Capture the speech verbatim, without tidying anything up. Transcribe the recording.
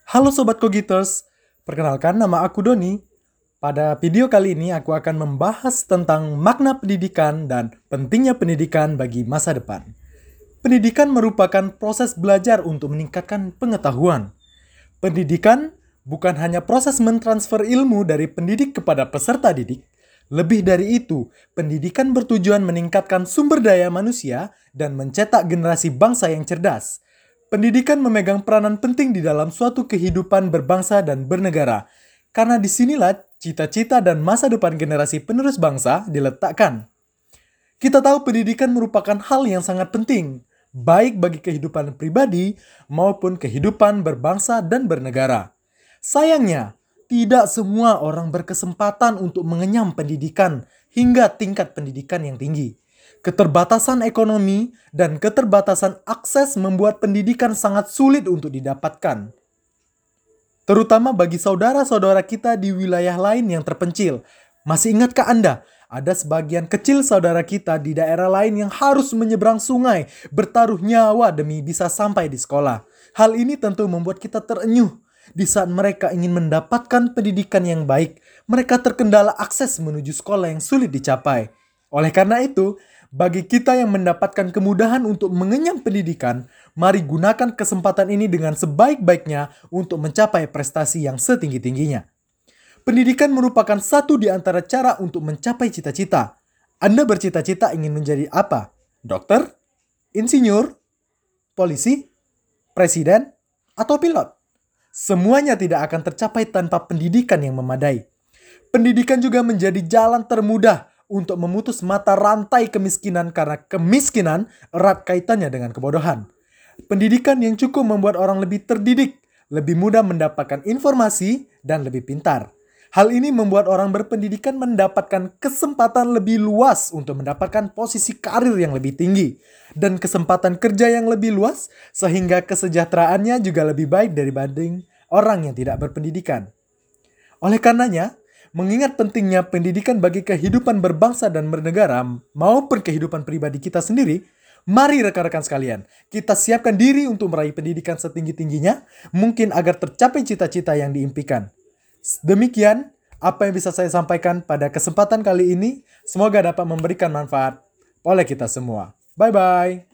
Halo Sobat Kogiters, perkenalkan nama aku Doni. Pada video kali ini aku akan membahas tentang makna pendidikan dan pentingnya pendidikan bagi masa depan. Pendidikan merupakan proses belajar untuk meningkatkan pengetahuan. Pendidikan bukan hanya proses mentransfer ilmu dari pendidik kepada peserta didik. Lebih dari itu, pendidikan bertujuan meningkatkan sumber daya manusia dan mencetak generasi bangsa yang cerdas. Pendidikan memegang peranan penting di dalam suatu kehidupan berbangsa dan bernegara, karena disinilah cita-cita dan masa depan generasi penerus bangsa diletakkan. Kita tahu pendidikan merupakan hal yang sangat penting, baik bagi kehidupan pribadi maupun kehidupan berbangsa dan bernegara. Sayangnya, tidak semua orang berkesempatan untuk mengenyam pendidikan hingga tingkat pendidikan yang tinggi. Keterbatasan ekonomi dan keterbatasan akses membuat pendidikan sangat sulit untuk didapatkan. Terutama bagi saudara-saudara kita di wilayah lain yang terpencil. Masih ingatkah Anda? Ada sebagian kecil saudara kita di daerah lain yang harus menyeberang sungai, bertaruh nyawa demi bisa sampai di sekolah. Hal ini tentu membuat kita terenyuh. Di saat mereka ingin mendapatkan pendidikan yang baik, mereka terkendala akses menuju sekolah yang sulit dicapai. Oleh karena itu, bagi kita yang mendapatkan kemudahan untuk mengenyam pendidikan, mari gunakan kesempatan ini dengan sebaik-baiknya untuk mencapai prestasi yang setinggi-tingginya. Pendidikan merupakan satu di antara cara untuk mencapai cita-cita. Anda bercita-cita ingin menjadi apa? Dokter? Insinyur? Polisi? Presiden? Atau pilot? Semuanya tidak akan tercapai tanpa pendidikan yang memadai. Pendidikan juga menjadi jalan termudah untuk memutus mata rantai kemiskinan karena kemiskinan erat kaitannya dengan kebodohan. Pendidikan yang cukup membuat orang lebih terdidik, lebih mudah mendapatkan informasi, dan lebih pintar. Hal ini membuat orang berpendidikan mendapatkan kesempatan lebih luas untuk mendapatkan posisi karir yang lebih tinggi dan kesempatan kerja yang lebih luas sehingga kesejahteraannya juga lebih baik dibanding orang yang tidak berpendidikan. Oleh karenanya, mengingat pentingnya pendidikan bagi kehidupan berbangsa dan bernegara maupun kehidupan pribadi kita sendiri, mari rekan-rekan sekalian, kita siapkan diri untuk meraih pendidikan setinggi-tingginya, mungkin agar tercapai cita-cita yang diimpikan. Demikian apa yang bisa saya sampaikan pada kesempatan kali ini. Semoga dapat memberikan manfaat oleh kita semua. Bye-bye.